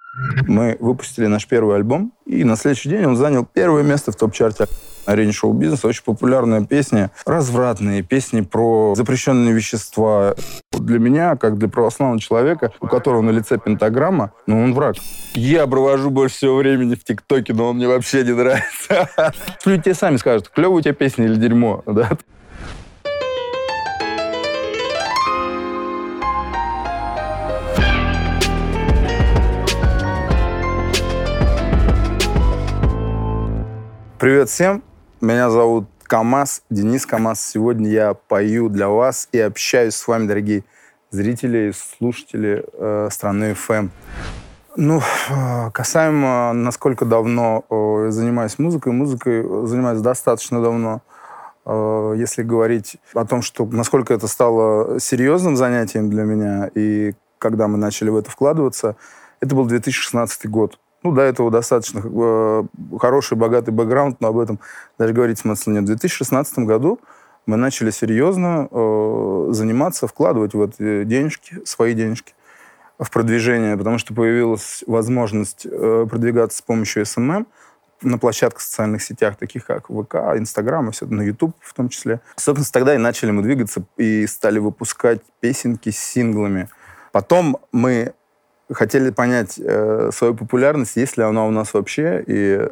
Мы выпустили наш первый альбом, и на следующий день он занял первое место в топ-чарте на арене шоу-бизнеса. Очень популярная песня, развратные песни про запрещенные вещества. Для меня, как для православного человека, у которого на лице пентаграмма, он враг. Я провожу больше всего времени в ТикТоке, но он мне вообще не нравится. Люди тебе сами скажут, клевая у тебя песня или дерьмо, да? Привет всем, меня зовут КамАЗ, Денис КамАЗ. Сегодня я пою для вас и общаюсь с вами, дорогие зрители и слушатели страны FM. Касаемо, насколько давно занимаюсь музыкой занимаюсь достаточно давно. Если говорить о том, что насколько это стало серьезным занятием для меня, и когда мы начали в это вкладываться, это был 2016 год. До этого достаточно хороший, богатый бэкграунд, но об этом даже говорить смысла нет. В 2016 году мы начали серьезно заниматься, вкладывать в это денежки, свои денежки, в продвижение, потому что появилась возможность продвигаться с помощью SMM на площадках в социальных сетях, таких как ВК, Инстаграм, и все, на YouTube в том числе. Собственно, тогда и начали мы двигаться и стали выпускать песенки с синглами. Потом мы хотели понять свою популярность, есть ли она у нас вообще, и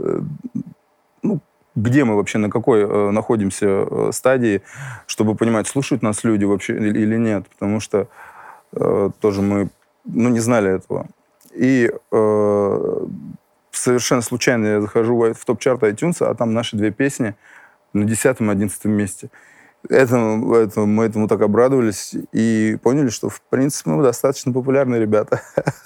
где мы вообще, на какой находимся стадии, чтобы понимать, слушают нас люди вообще или нет, потому что тоже мы не знали этого. И совершенно случайно я захожу в топ-чарт iTunes, а там наши две песни на 10-11 месте. Мы этому так обрадовались и поняли, что, в принципе, мы достаточно популярные ребята.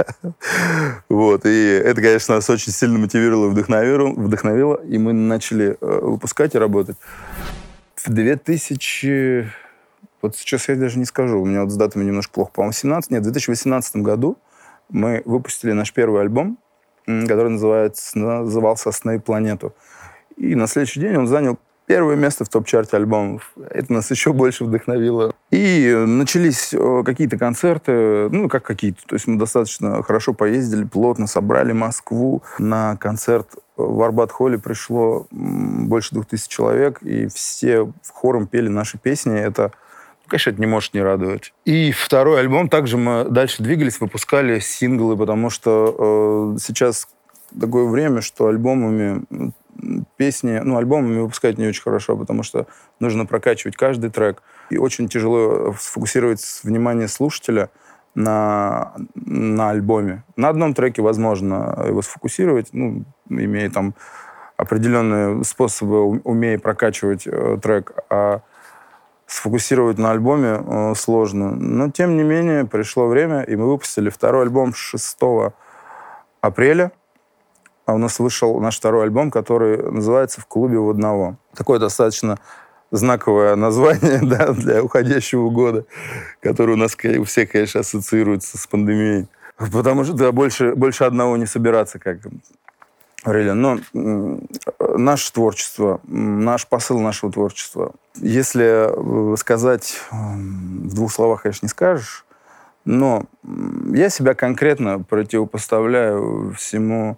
И это, конечно, нас очень сильно мотивировало и вдохновило, и мы начали выпускать и работать. В 2000... Вот сейчас я даже не скажу, у меня с датами немножко плохо, по-моему, в 2018 году мы выпустили наш первый альбом, который назывался «Сны планету». И на следующий день он занял первое место в топ-чарте альбомов. Это нас еще больше вдохновило. И начались какие-то концерты, какие-то. То есть мы достаточно хорошо поездили, плотно собрали Москву. На концерт в Арбат-холле пришло больше 2000 человек, и все хором пели наши песни. Это, конечно, это не может не радовать. И второй альбом также мы дальше двигались, выпускали синглы, потому что сейчас такое время, что альбомами выпускать не очень хорошо, потому что нужно прокачивать каждый трек. И очень тяжело сфокусировать внимание слушателя на альбоме. На одном треке возможно его сфокусировать, имея там определенные способы, умея прокачивать трек, а сфокусировать на альбоме сложно. Но, тем не менее, пришло время, и мы выпустили второй альбом 6 апреля. А у нас вышел наш второй альбом, который называется «В клубе у одного». Такое достаточно знаковое название, да, для уходящего года, которое у нас у всех, конечно, ассоциируется с пандемией. Потому что больше одного не собираться, как говорили. Но наше творчество, наш посыл нашего творчества. Если сказать в двух словах, конечно, не скажешь, но я себя конкретно противопоставляю всему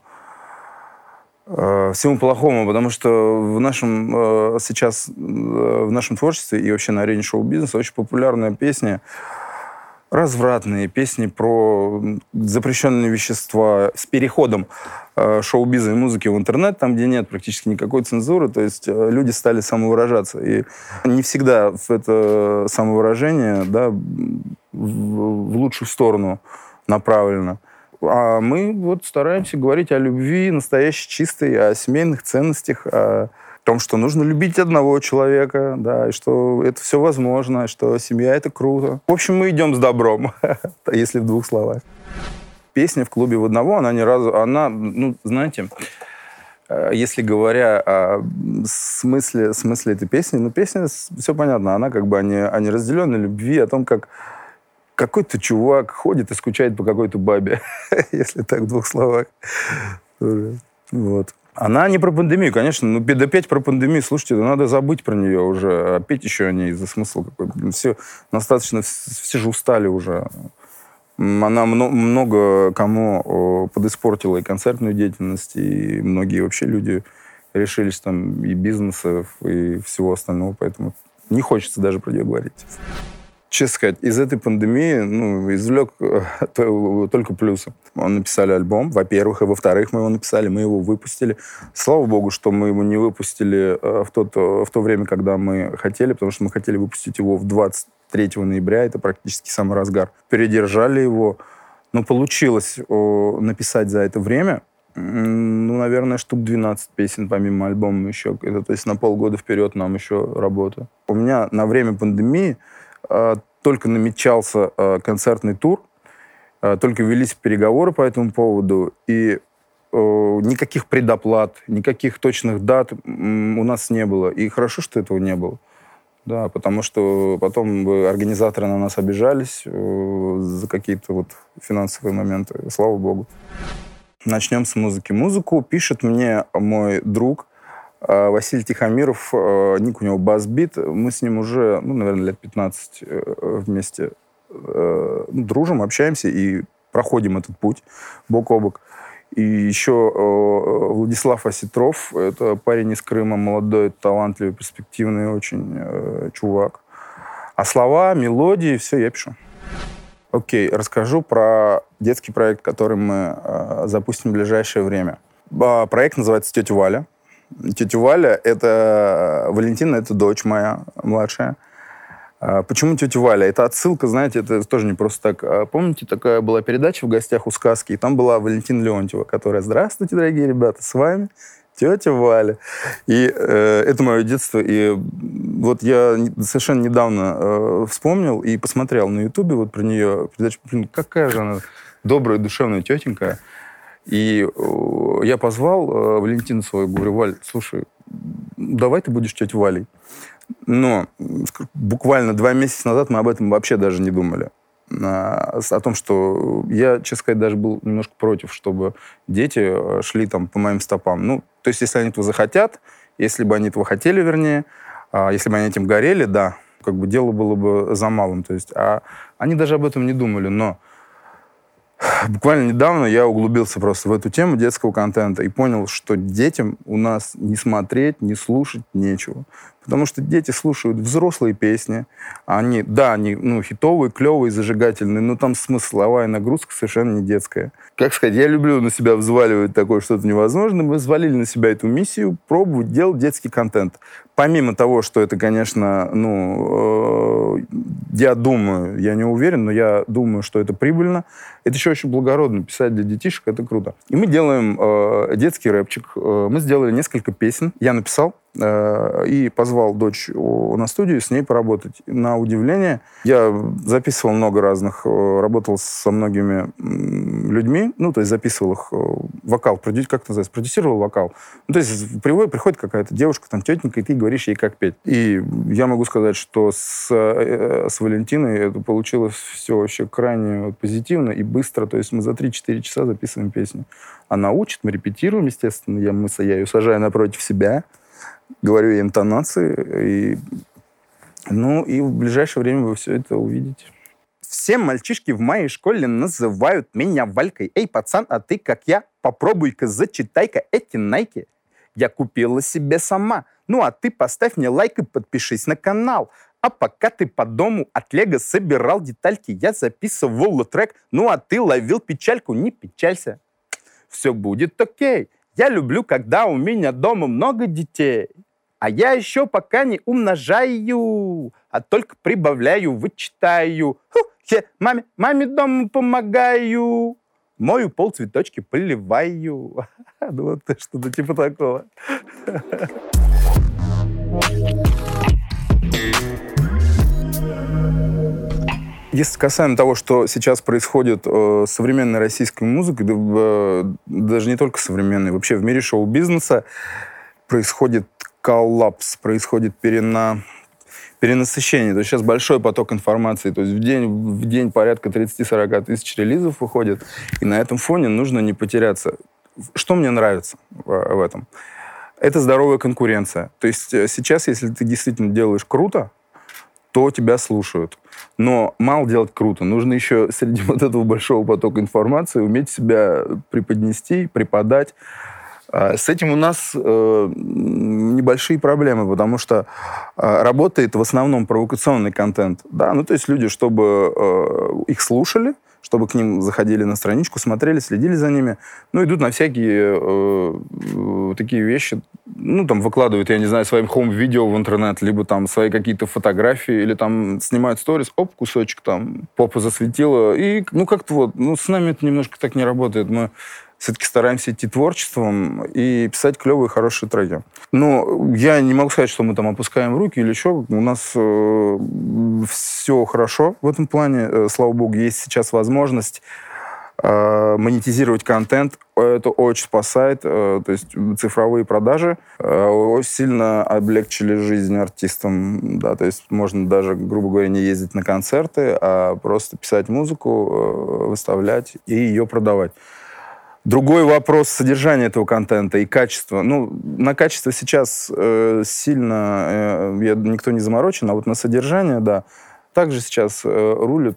плохому, потому что сейчас в нашем творчестве и вообще на арене шоу-бизнеса очень популярная песня, развратные песни про запрещенные вещества с переходом шоу-биза и музыки в интернет, там, где нет практически никакой цензуры, то есть люди стали самовыражаться. И не всегда это самовыражение, да, в лучшую сторону направлено. А мы стараемся говорить о любви настоящей, чистой, о семейных ценностях, о том, что нужно любить одного человека, да, и что это все возможно, что семья — это круто. В общем, мы идем с добром, если в двух словах. Песня «В клубе у одного», знаете, если говоря о смысле этой песни, песня, все понятно, она как бы о неразделенной любви, о том, как какой-то чувак ходит и скучает по какой-то бабе, если так в двух словах. Вот. Она не про пандемию, конечно. Да петь про пандемию, слушайте, надо забыть про нее уже. А петь еще о ней за смысл какой. Все достаточно, все же устали уже. Она много кому подиспортила и концертную деятельность, и многие вообще люди решились там и бизнесов, и всего остального, поэтому не хочется даже про нее говорить. Честно сказать, из этой пандемии извлек только плюсы. Мы написали альбом, во-первых, и во-вторых, мы его написали, мы его выпустили. Слава богу, что мы его не выпустили в то время, когда мы хотели, потому что мы хотели выпустить его 23 ноября, это практически самый разгар. Передержали его, но получилось написать за это время, наверное, штук 12 песен, помимо альбома еще. То есть на полгода вперед нам еще работа. У меня на время пандемии только намечался концертный тур, только велись переговоры по этому поводу, и никаких предоплат, никаких точных дат у нас не было. И хорошо, что этого не было. Да, потому что потом организаторы на нас обижались за какие-то финансовые моменты. Слава богу. Начнем с музыки. Музыку пишет мне мой друг Василий Тихомиров, ник у него Басбит. Мы с ним уже, наверное, лет 15 вместе дружим, общаемся и проходим этот путь бок о бок. И еще Владислав Осетров, это парень из Крыма, молодой, талантливый, перспективный очень чувак. А слова, мелодии, все я пишу. Окей, расскажу про детский проект, который мы запустим в ближайшее время. Проект называется «Тетя Валя». Тетя Валя — это Валентина, это дочь моя младшая. Почему тетя Валя? Это отсылка, знаете, это тоже не просто так. Помните, такая была передача «В гостях у сказки», и там была Валентина Леонтьева, которая: «Здравствуйте, дорогие ребята, с вами тетя Валя». И это мое детство. И вот я совершенно недавно вспомнил и посмотрел на Ютубе про нее передачу. Блин, какая же она добрая, душевная тетенька. И я позвал Валентину свою, говорю: «Валь, слушай, давай ты будешь тетей Валей». Но буквально 2 месяца назад мы об этом вообще даже не думали. О том, что я, честно сказать, даже был немножко против, чтобы дети шли там по моим стопам. То есть, если они этого захотят, если бы они этого хотели, вернее, если бы они этим горели, да, дело было бы за малым. То есть, они даже об этом не думали, но буквально недавно я углубился просто в эту тему детского контента и понял, что детям у нас не смотреть, не слушать нечего. Потому что дети слушают взрослые песни. Они хитовые, клевые, зажигательные, но там смысловая нагрузка совершенно не детская. Как сказать, я люблю на себя взваливать такое что-то невозможное. Мы взвалили на себя эту миссию пробовать делать детский контент. Помимо того, что это, конечно, я думаю, я не уверен, но я думаю, что это прибыльно. Это еще очень благородно писать для детишек, это круто. И мы делаем детский рэпчик. Мы сделали несколько песен. Я написал и позвал дочь на студию с ней поработать. На удивление, я записывал много разных, работал со многими людьми, то есть записывал их вокал, как это называется, продюсировал вокал. То есть приходит какая-то девушка, тетенька, и ты говоришь ей, как петь. И я могу сказать, что с Валентиной это получилось все вообще крайне позитивно и быстро. То есть мы за 3-4 часа записываем песню. Она учит, мы репетируем, естественно. Я ее сажаю напротив себя, говорю ей интонации. И в ближайшее время вы все это увидите. Все мальчишки в моей школе называют меня Валькой. Эй, пацан, а ты как я? Попробуй-ка, зачитай-ка эти найки. Я купила себе сама. А ты поставь мне лайк и подпишись на канал. А пока ты по дому от Лего собирал детальки, я записывал трек. А ты ловил печальку, не печалься. Все будет окей. Я люблю, когда у меня дома много детей. А я еще пока не умножаю, а только прибавляю, вычитаю. Маме дома помогаю. Мою пол, цветочки поливаю. Вот что-то типа такого. Если касаемо того, что сейчас происходит с современной российской музыкой, даже не только современной, вообще в мире шоу-бизнеса происходит коллапс, происходит перенасыщение. То есть сейчас большой поток информации. То есть в день порядка 30-40 тысяч релизов выходит. И на этом фоне нужно не потеряться. Что мне нравится в этом? Это здоровая конкуренция. То есть сейчас, если ты действительно делаешь круто, то тебя слушают. Но мало делать круто. Нужно еще среди вот этого большого потока информации уметь себя преподнести, преподать. С этим у нас небольшие проблемы, потому что работает в основном провокационный контент. Да? Ну, то есть люди, чтобы их слушали, чтобы к ним заходили на страничку, смотрели, следили за ними, ну, идут на всякие такие вещи, ну, там, выкладывают, я не знаю, своим хоум-видео в интернет, либо там свои какие-то фотографии, или там снимают сторис, оп, кусочек там, попа засветила, и, ну, как-то вот, ну, с нами это немножко так не работает, мы все-таки стараемся идти творчеством и писать клевые, хорошие треки. Но я не могу сказать, что мы там опускаем руки или еще. У нас все хорошо в этом плане. Слава богу, есть сейчас возможность монетизировать контент. Это очень спасает. То есть цифровые продажи очень сильно облегчили жизнь артистам. Да, то есть можно даже, грубо говоря, не ездить на концерты, а просто писать музыку, выставлять и ее продавать. Другой вопрос содержания этого контента и качества. Ну, на качество сейчас сильно никто не заморочен, а вот на содержание, да. Также сейчас рулит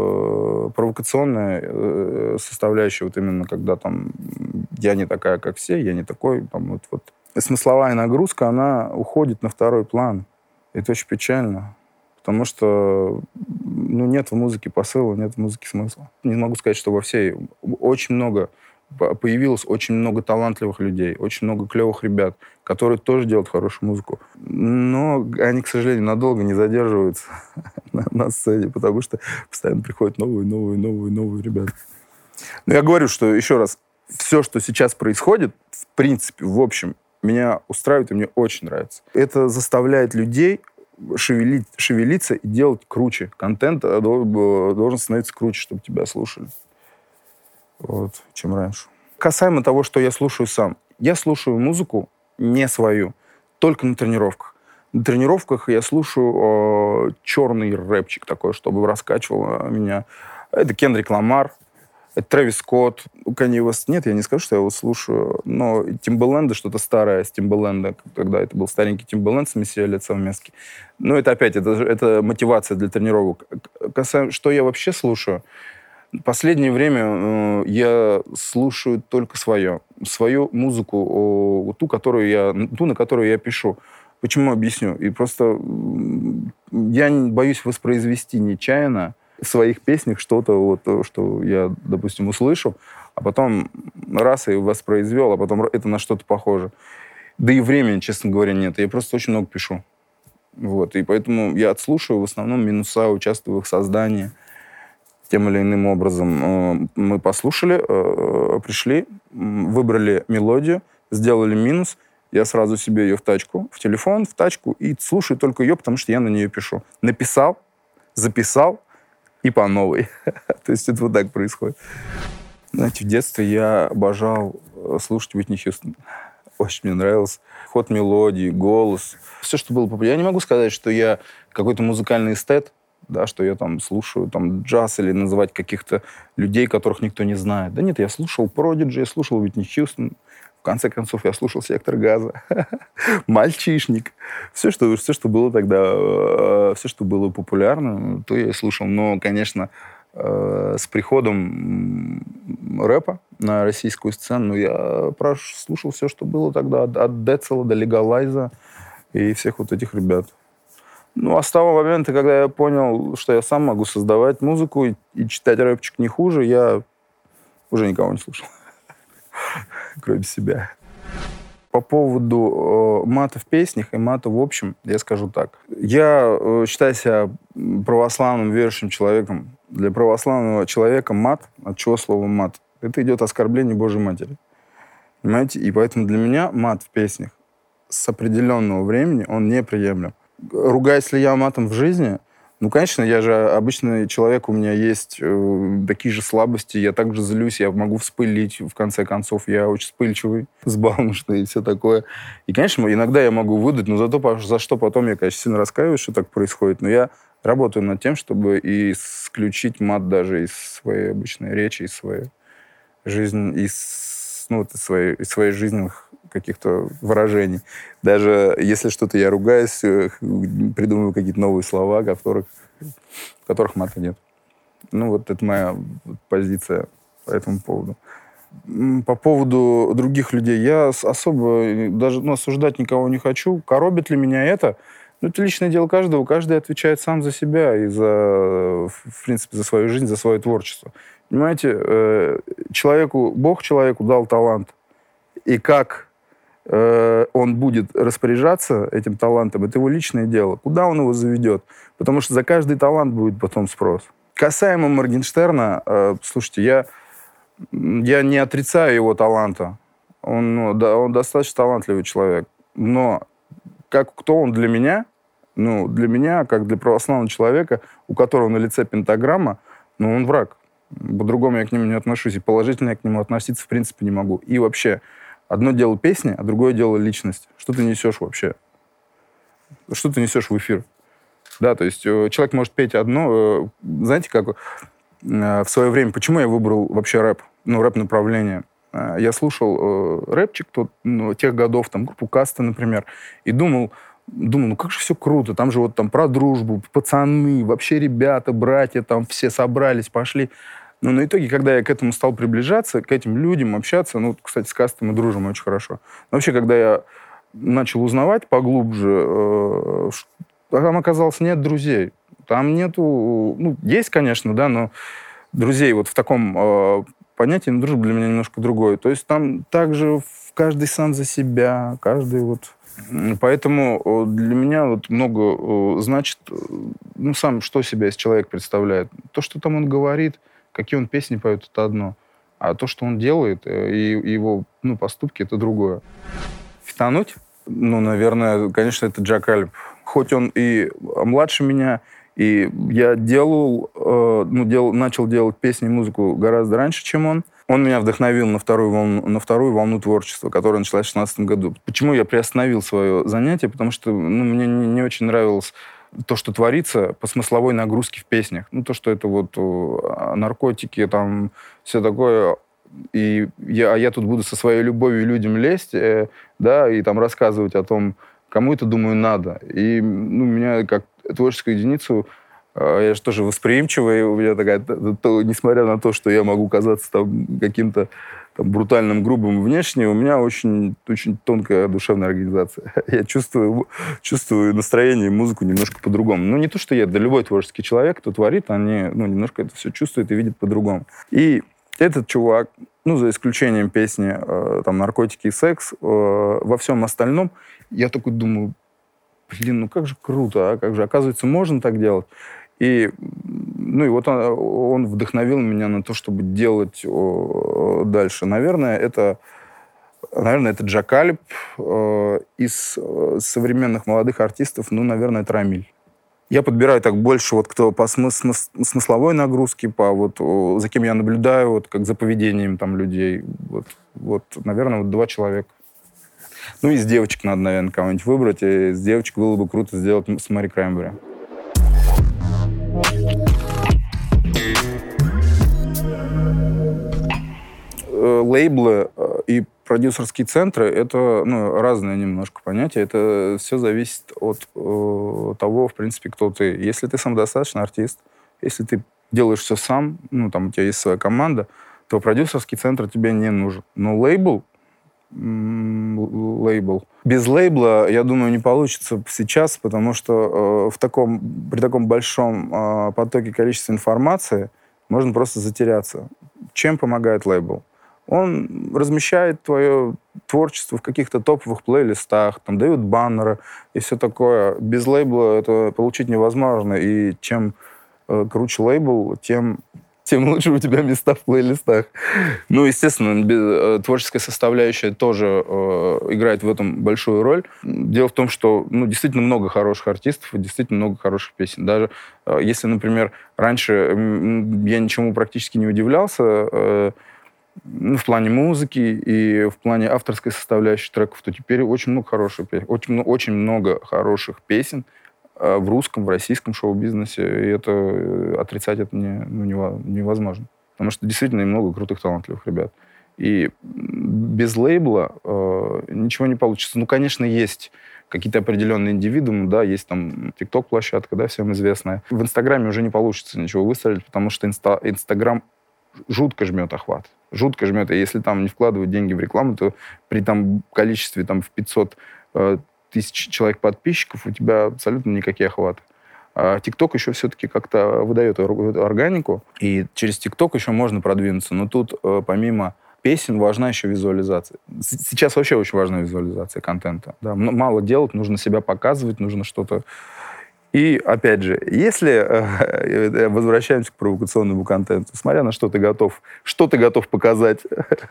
провокационная составляющая, вот именно когда там я не такая, как все, я не такой. Там, вот. Смысловая нагрузка, она уходит на второй план. Это очень печально. Потому что нет в музыке посыла, нет в музыке смысла. Не могу сказать, что во всей очень много появилось очень много талантливых людей, очень много клевых ребят, которые тоже делают хорошую музыку. Но они, к сожалению, надолго не задерживаются на сцене, потому что постоянно приходят новые ребята. Но я говорю, что, еще раз, все, что сейчас происходит, в принципе, в общем, меня устраивает и мне очень нравится. Это заставляет людей шевелиться и делать круче. Контент должен становиться круче, чтобы тебя слушали. Вот, чем раньше. Касаемо того, что я слушаю сам. Я слушаю музыку не свою, только на тренировках. На тренировках я слушаю черный рэпчик такой, чтобы раскачивало меня. Это Кендрик Ламар, это Трэвис Скотт, Канье Уэст. Нет, я не скажу, что я его слушаю, но Тимбаленда, что-то старое с Тимбаленда, когда это был старенький Тимбаленд с Мессия лица в Меске. Но это опять, это мотивация для тренировок. Касаемо, что я вообще слушаю? В последнее время я слушаю только свою музыку, ту, на которую я пишу. Почему? Объясню. И просто я боюсь воспроизвести нечаянно в своих песнях что-то, вот, что я, допустим, услышал, а потом раз и воспроизвел, а потом это на что-то похоже. Да и времени, честно говоря, нет. Я просто очень много пишу. Вот. И поэтому я отслушиваю в основном минуса, участвую в их создании. Тем или иным образом мы послушали, пришли, выбрали мелодию, сделали минус. Я сразу себе ее в тачку, в телефон, в тачку, и слушаю только ее, потому что я на нее пишу. Написал, записал и по новой. То есть это вот так происходит. Знаете, в детстве я обожал слушать Уитни Хьюстон. Очень мне нравился ход мелодии, голос. Все, что было популярно. Я не могу сказать, что я какой-то музыкальный эстет, да, что я там слушаю там, джаз или называть каких-то людей, которых никто не знает. Да нет, я слушал Продиджи, я слушал Уитни Хьюстон. В конце концов, я слушал «Сектор газа», «Мальчишник». Все, что было тогда, все, что было популярно, то я и слушал. Но, конечно, с приходом рэпа на российскую сцену я слушал все, что было тогда, от Децела до Легалайза и всех вот этих ребят. Ну, а с того момента, когда я понял, что я сам могу создавать музыку и читать рэпчик не хуже, я уже никого не слушал, кроме себя. По поводу мата в песнях и мата в общем, я скажу так. Я считаю себя православным, верующим человеком. Для православного человека мат, от чего слово мат? Это идет оскорбление Божьей Матери. Понимаете? И поэтому для меня мат в песнях с определенного времени, он неприемлем. Ругаюсь ли я матом в жизни? Ну, конечно, я же обычный человек, у меня есть такие же слабости, я также злюсь, я могу вспылить, в конце концов, я очень вспыльчивый, взбалмошный и все такое. И, конечно, иногда я могу выдать, но за что потом я, конечно, сильно раскаиваюсь, что так происходит, но я работаю над тем, чтобы исключить мат даже из своей обычной речи, из своей жизни, из ну, вот из своих жизненных каких-то выражений. Даже если что-то я ругаюсь, придумываю какие-то новые слова, в которых мата нет. Ну, вот это моя позиция по этому поводу. По поводу других людей я особо даже осуждать никого не хочу. Коробит ли меня это? Ну, это личное дело каждого. Каждый отвечает сам за себя и в принципе, за свою жизнь, за свое творчество. Понимаете, Бог человеку дал талант. И как он будет распоряжаться этим талантом, это его личное дело. Куда он его заведет? Потому что за каждый талант будет потом спрос. Касаемо Моргенштерна, слушайте, я не отрицаю его таланта. Он достаточно талантливый человек. Но кто он для меня? Ну, для меня, как для православного человека, у которого на лице пентаграмма, он враг. По-другому я к нему не отношусь. И положительно я к нему относиться в принципе не могу. И вообще, одно дело песни, а другое дело личность. Что ты несешь вообще? Что ты несешь в эфир? Да, то есть человек может петь одно. Знаете, как в свое время, почему я выбрал вообще рэп? Рэп-направление. Я слушал рэпчик тех годов, там, группу Каста, например, и думал, как же все круто. Там же про дружбу, пацаны, вообще ребята, братья, там все собрались, пошли. Но на итоге, когда я к этому стал приближаться, к этим людям общаться, кстати, с Кастом мы дружим очень хорошо. Но вообще, когда я начал узнавать поглубже, там оказалось, нет друзей. Там нету... есть, конечно, да, но друзей в таком понятии дружба для меня немножко другое. То есть там также каждый сам за себя, каждый Поэтому для меня много значит, сам, что себя из человека представляет. То, что там он говорит, какие он песни поет, это одно. А то, что он делает, и его поступки, это другое. Фитануть? Наверное, конечно, это Джакалип. Хоть он и младше меня, и я начал делать песни и музыку гораздо раньше, чем он. Он меня вдохновил на вторую волну творчества, которая началась в 2016 году. Почему я приостановил свое занятие? Потому что мне не очень нравилось то, что творится по смысловой нагрузке в песнях. То, что это наркотики, там, все такое. И я тут буду со своей любовью людям лезть, да, и там рассказывать о том, кому это, думаю, надо. И меня как творческую единицу, я же тоже восприимчивый, у меня такая, несмотря на то, что я могу казаться каким-то брутальным, грубым внешне, у меня очень, очень тонкая душевная организация. Я чувствую настроение и музыку немножко по-другому. Не то, что да любой творческий человек, кто творит, они немножко это все чувствуют и видят по-другому. И этот чувак, за исключением песни «Наркотики и секс», во всем остальном я такой думаю, как же круто, а как же, оказывается, можно так делать. И он вдохновил меня на то, чтобы делать дальше. Наверное, это Джакалип. Из современных молодых артистов, наверное, это Рамиль. Я подбираю так больше, кто по смысловой нагрузке, за кем я наблюдаю, как за поведением людей. Наверное, 2 человека. Из девочек надо, наверное, кого-нибудь выбрать. И из девочек было бы круто сделать с Мэри Краймбрери. Лейблы и продюсерские центры — это разные немножко понятия. Это все зависит от того, в принципе, кто ты. Если ты самодостаточный артист, если ты делаешь все сам, у тебя есть своя команда, то продюсерский центр тебе не нужен. Но лейбл. Без лейбла, я думаю, не получится сейчас, потому что при таком большом потоке количества информации можно просто затеряться. Чем помогает лейбл? Он размещает твое творчество в каких-то топовых плейлистах, дают баннеры и все такое. Без лейбла это получить невозможно. И чем круче лейбл, тем лучше у тебя места в плейлистах. Естественно, творческая составляющая тоже играет в этом большую роль. Дело в том, что действительно много хороших артистов и действительно много хороших песен. Даже если, например, раньше я ничему практически не удивлялся, в плане музыки и в плане авторской составляющей треков, то теперь очень много хороших песен. Очень много хороших песен в русском, в российском шоу-бизнесе. И это отрицать невозможно. Потому что действительно много крутых, талантливых ребят. И без лейбла ничего не получится. Ну, конечно, есть какие-то определенные индивидуумы, да, есть там ТикТок-площадка, да, всем известная. В Инстаграме уже не получится ничего выстрелить, потому что Инстаграм жутко жмет охват. Жутко жмет. И если там не вкладывать деньги в рекламу, то при там количестве там, в 500 тысяч человек подписчиков у тебя абсолютно никакие охваты. А ТикТок еще все-таки как-то выдает эту органику, и через ТикТок еще можно продвинуться. Но тут помимо песен важна еще визуализация. Сейчас вообще очень важна визуализация контента. Да? Мало делать, нужно себя показывать, нужно что-то... И, опять же, если возвращаемся к провокационному контенту, смотря на что ты готов показать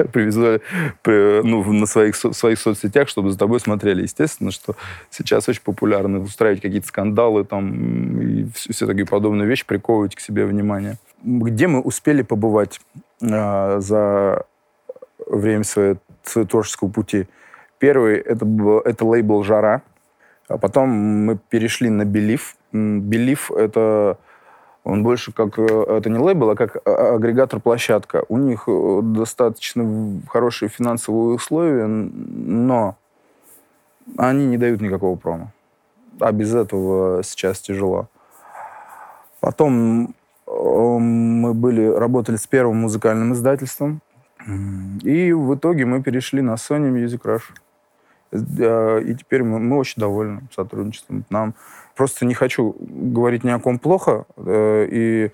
на своих соцсетях, чтобы за тобой смотрели. Естественно, что сейчас очень популярно устраивать какие-то скандалы там, и все такие подобные вещи, приковывать к себе внимание. Где мы успели побывать за время своего творческого пути? Первый это лейбл «Жара». А потом мы перешли на Believe. Believe — это он больше как... Это не лейбл, а как агрегатор-площадка. У них достаточно хорошие финансовые условия, но они не дают никакого промо. А без этого сейчас тяжело. Потом мы работали с первым музыкальным издательством. И в итоге мы перешли на Sony Music Rush. И теперь мы очень довольны сотрудничеством. Нам просто не хочу говорить ни о ком плохо, и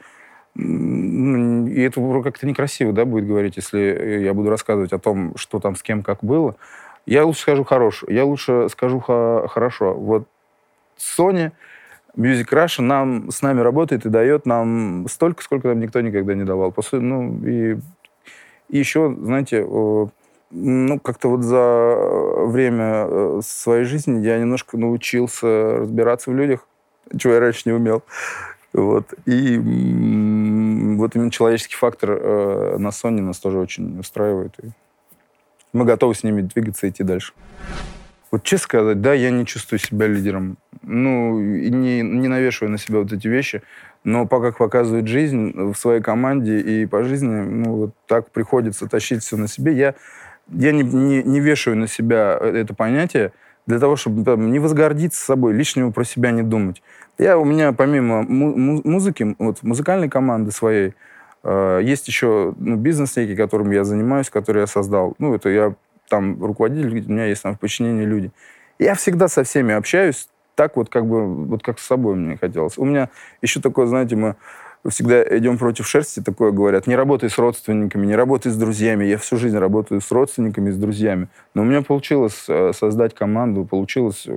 это как-то некрасиво, да, будет говорить, если я буду рассказывать о том, что там с кем как было. Я лучше скажу хорошо. Вот Sony Music Rush с нами работает и дает нам столько, сколько нам никто никогда не давал. И еще, знаете, как-то вот за время своей жизни я немножко научился разбираться в людях, чего я раньше не умел. Вот. И вот именно человеческий фактор на Sony нас тоже очень устраивает. И мы готовы с ними двигаться и идти дальше. Вот честно сказать, да, я не чувствую себя лидером. И не навешиваю на себя вот эти вещи. Но как показывает жизнь в своей команде и по жизни, вот так приходится тащить все на себе. Я не вешаю на себя это понятие для того, чтобы не возгордиться собой, лишнего про себя не думать. У меня помимо музыки, вот музыкальной команды своей, есть еще бизнес некий, которым я занимаюсь, который я создал. Это я там руководитель, у меня есть там в подчинении люди. Я всегда со всеми общаюсь так вот как с собой мне хотелось. У меня еще такое, знаете, мы всегда идем против шерсти, такое говорят. Не работай с родственниками, не работай с друзьями. Я всю жизнь работаю с родственниками, с друзьями. Но у меня получилось создать команду, получилось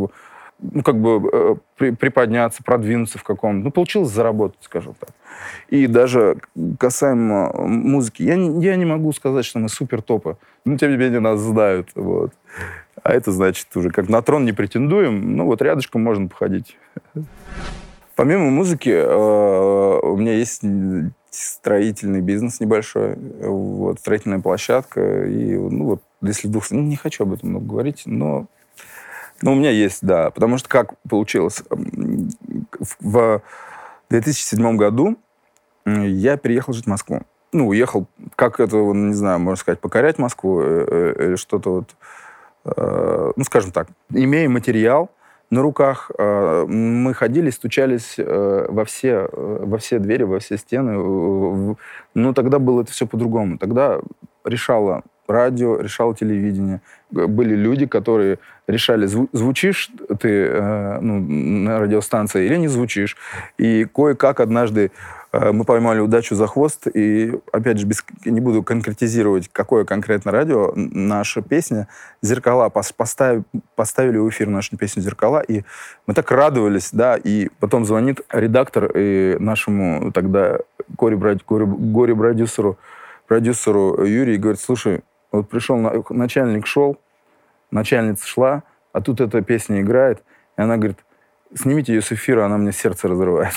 приподняться, продвинуться в каком-то... получилось заработать, скажем так. И даже касаемо музыки, я не могу сказать, что мы супер-топы. Но, тем не менее, нас знают. Вот. А это значит уже, как на трон не претендуем, рядышком можно походить. Помимо музыки, у меня есть строительный бизнес небольшой, строительная площадка. И, если не хочу об этом много говорить, но у меня есть, да. Потому что как получилось? В 2007 году я переехал жить в Москву. Уехал, как это, не знаю, можно сказать, покорять Москву или что-то скажем так. Имея материал на руках, мы ходили, стучались во все двери, во все стены. Но тогда было это все по-другому. Тогда решало радио, решало телевидение. Были люди, которые решали, звучишь ты на радиостанции или не звучишь. И кое-как однажды мы поймали удачу за хвост. И, опять же, не буду конкретизировать, какое конкретно радио, наша песня «Зеркала». Поставили в эфир нашу песню «Зеркала». И мы так радовались, да. И потом звонит редактор и нашему тогда горе-продюсеру Юрий и говорит: слушай, вот пришел начальник, начальница шла, а тут эта песня играет. И она говорит: снимите ее с эфира, она мне сердце разрывает.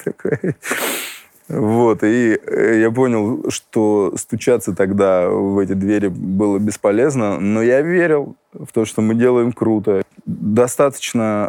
И я понял, что стучаться тогда в эти двери было бесполезно, но я верил в то, что мы делаем круто. Достаточно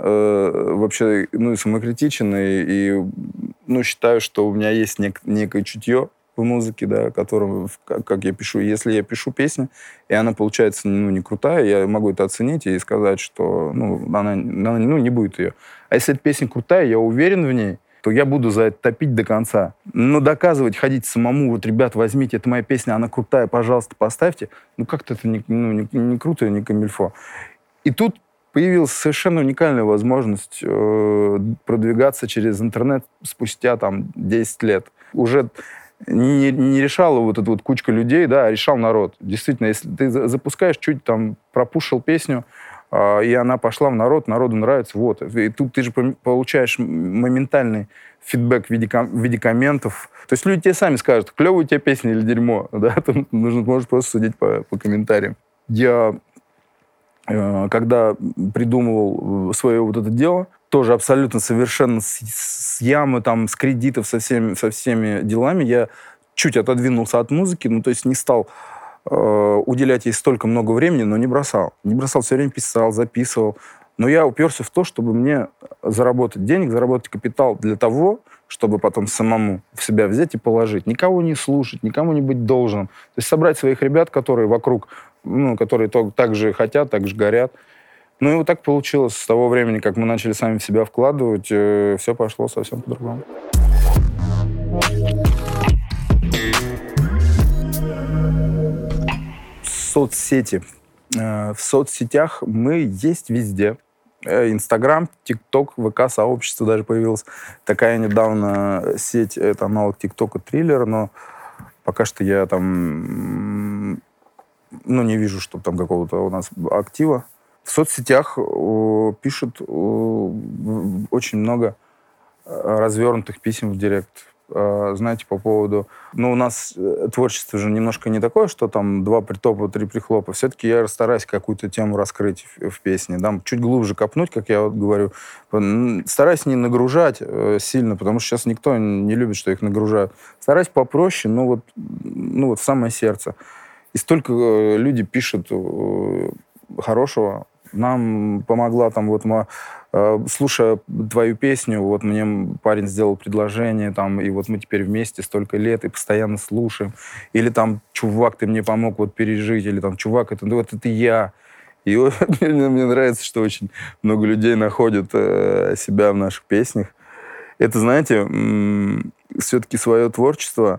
вообще самокритичен и считаю, что у меня есть некое чутье в музыке, да, которым, как я пишу. Если я пишу песню, и она получается не крутая, я могу это оценить и сказать, что она не будет ее. А если эта песня крутая, я уверен в ней, то я буду за это топить до конца. Но доказывать, ходить самому, вот, ребят, возьмите, это моя песня, она крутая, пожалуйста, поставьте. Как-то это не круто, не камильфо. И тут появилась совершенно уникальная возможность продвигаться через интернет спустя 10 лет. Уже не решала вот эта вот кучка людей, да, а решал народ. Действительно, если ты запускаешь, чуть пропушил песню, и она пошла в народ, народу нравится, вот. И тут ты же получаешь моментальный фидбэк в виде комментов. То есть люди тебе сами скажут, клевая у тебя песня или дерьмо, да, ты можешь просто судить по комментариям. Я, когда придумывал свое вот это дело, тоже абсолютно совершенно с ямы, с кредитов, со всеми делами, я чуть отодвинулся от музыки, то есть не стал уделять ей столько много времени, но не бросал. Не бросал, все время писал, записывал. Но я уперся в то, чтобы мне заработать денег, заработать капитал для того, чтобы потом самому в себя взять и положить. Никого не слушать, никому не быть должным. То есть собрать своих ребят, которые вокруг, которые так же хотят, так же горят. И вот так получилось. С того времени, как мы начали сами в себя вкладывать, все пошло совсем по-другому. Соцсети. В соцсетях мы есть везде. Инстаграм, ТикТок, ВК-сообщество даже появилось. Такая недавно сеть, это аналог ТикТока, Триллер, но пока что я не вижу, чтобы там какого-то у нас актива. В соцсетях пишут очень много развернутых писем в директ. Знаете, по поводу... у нас творчество же немножко не такое, что 2 притопа, 3 прихлопа. Все-таки я стараюсь какую-то тему раскрыть в песне. Чуть глубже копнуть, как я говорю. Стараюсь не нагружать сильно, потому что сейчас никто не любит, что их нагружают. Стараюсь попроще, но в самое сердце. И столько люди пишут хорошего. Нам помогла слушая твою песню, мне парень сделал предложение, и мы теперь вместе столько лет и постоянно слушаем. Или чувак, ты мне помог пережить, или чувак, это я. И мне нравится, что очень много людей находят себя в наших песнях. Это, знаете, все-таки свое творчество,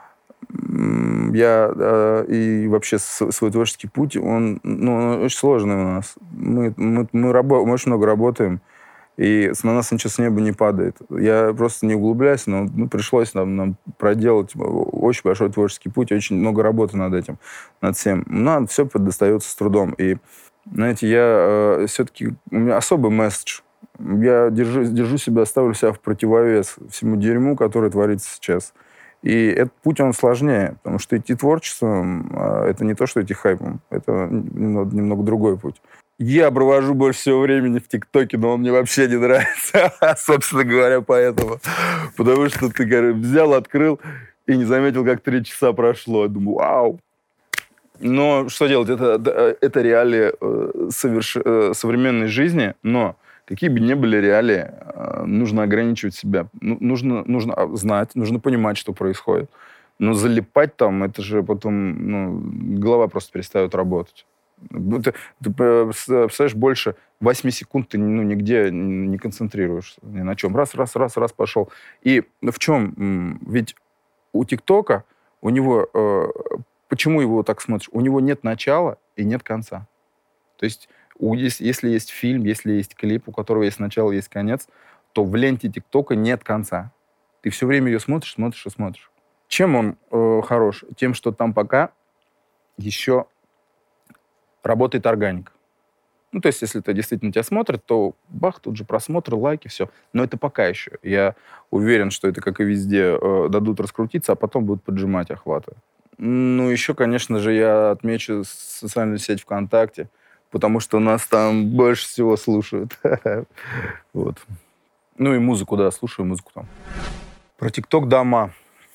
я и вообще свой творческий путь, он очень сложный у нас. Мы очень много работаем, и на нас ничего с неба не падает. Я просто не углубляюсь, но пришлось нам проделать очень большой творческий путь, очень много работы над этим, над всем. Нам все достается с трудом. И, знаете, я все-таки... У меня особый месседж. Я держу себя, ставлю себя в противовес всему дерьму, которое творится сейчас. И этот путь, он сложнее, потому что идти творчеством, это не то, что идти хайпом. Это немного другой путь. Я провожу больше всего времени в ТикТоке, но он мне вообще не нравится, собственно говоря, поэтому. Потому что ты взял, открыл и не заметил, как 3 часа прошло. Я думаю, вау. Но что делать? Это реалии современной жизни, но... Какие бы ни были реалии, нужно ограничивать себя. Нужно знать, нужно понимать, что происходит. Но залипать это же потом... голова просто перестает работать. Ты представляешь, больше 8 секунд ты нигде не концентрируешься. Ни на чем. Раз, пошел. И в чем? Ведь у ТикТока, у него... Почему его так смотришь? У него нет начала и нет конца. То есть... Если есть фильм, если есть клип, у которого есть начало, есть конец, то в ленте ТикТока нет конца. Ты все время ее смотришь. Чем он хорош? Тем, что там пока еще работает органика. То есть, если это действительно тебя смотрит, то бах, тут же просмотры, лайки, все. Но это пока еще. Я уверен, что это, как и везде, дадут раскрутиться, а потом будут поджимать охваты. Еще, конечно же, я отмечу социальную сеть ВКонтакте, потому что нас там больше всего слушают. Вот. И музыку, да, слушаю музыку там. Про ТикТок дома.